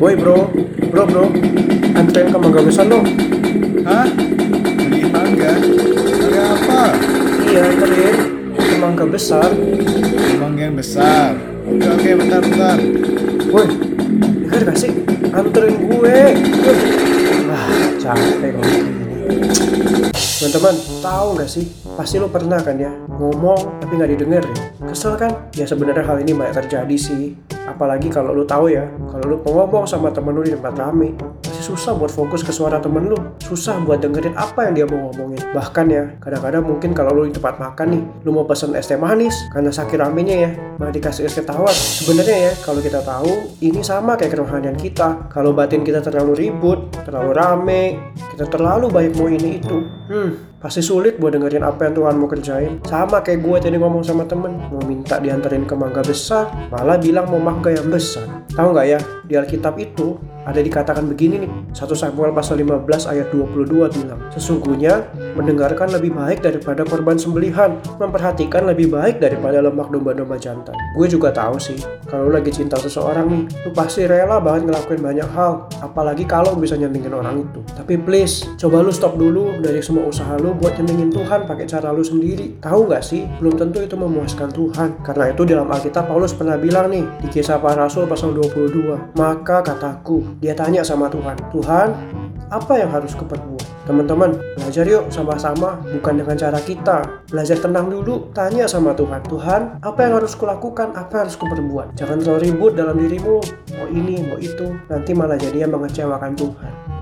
Woi bro, anterin ke Mangga Besar dong. Hah? Beli mangga? Mangga apa? Iya, anterin ke Mangga Besar. Mangga yang besar. Oke, bentar. Woi, denger gak sih? Anterin gue. Woi. Capek kalau kayak gini. Teman-teman, tahu nggak sih? Pasti lo pernah kan ya ngomong tapi nggak didengerin. Kesel kan? Ya sebenarnya hal ini banyak terjadi sih. Apalagi kalau lo tahu ya, kalau lo ngomong sama temen lo di tempat rame, pasti susah buat fokus ke suara temen lo. Susah buat dengerin apa yang dia mau ngomongin. Bahkan ya, kadang-kadang mungkin kalau lo di tempat makan nih, lo mau pesen es teh manis karena saking ramenya ya, malah dikasih es teh tawar. Sebenarnya ya, kalau kita tahu ini sama kayak kerohanian kita. Kalau batin kita terlalu ribut, terlalu rame, kita terlalu banyak mau ini itu, pasti sulit buat dengerin apa yang Tuhan mau kerjain. Sama kayak gue tadi ngomong sama temen, mau minta dianterin ke Mangga Besar, malah bilang mau mangga yang besar. Tahu nggak ya, di Alkitab itu ada dikatakan begini nih, 1 Samuel pasal 15 ayat 22 bilang, sesungguhnya mendengarkan lebih baik daripada korban sembelihan, memperhatikan lebih baik daripada lemak domba-domba jantan. Gue juga tahu sih, kalau lu lagi cinta seseorang nih, lu pasti rela banget ngelakuin banyak hal, apalagi kalau bisa nyenengin orang itu. Tapi please, coba lu stop dulu dari semua usaha lu buat nyenengin Tuhan pakai cara lu sendiri. Tahu nggak sih, belum tentu itu memuaskan Tuhan. Karena itu dalam Alkitab Paulus pernah bilang nih, di Kisah Para Rasul pasal 22, maka kataku, dia tanya sama Tuhan, Tuhan, apa yang harus kuperbuat? Teman-teman, belajar yuk sama-sama, bukan dengan cara kita. Belajar tenang dulu, tanya sama Tuhan, Tuhan, apa yang harus kulakukan, apa yang harus kuperbuat? Jangan terlalu ribut dalam dirimu, mau ini, mau itu, nanti malah jadinya mengecewakan Tuhan.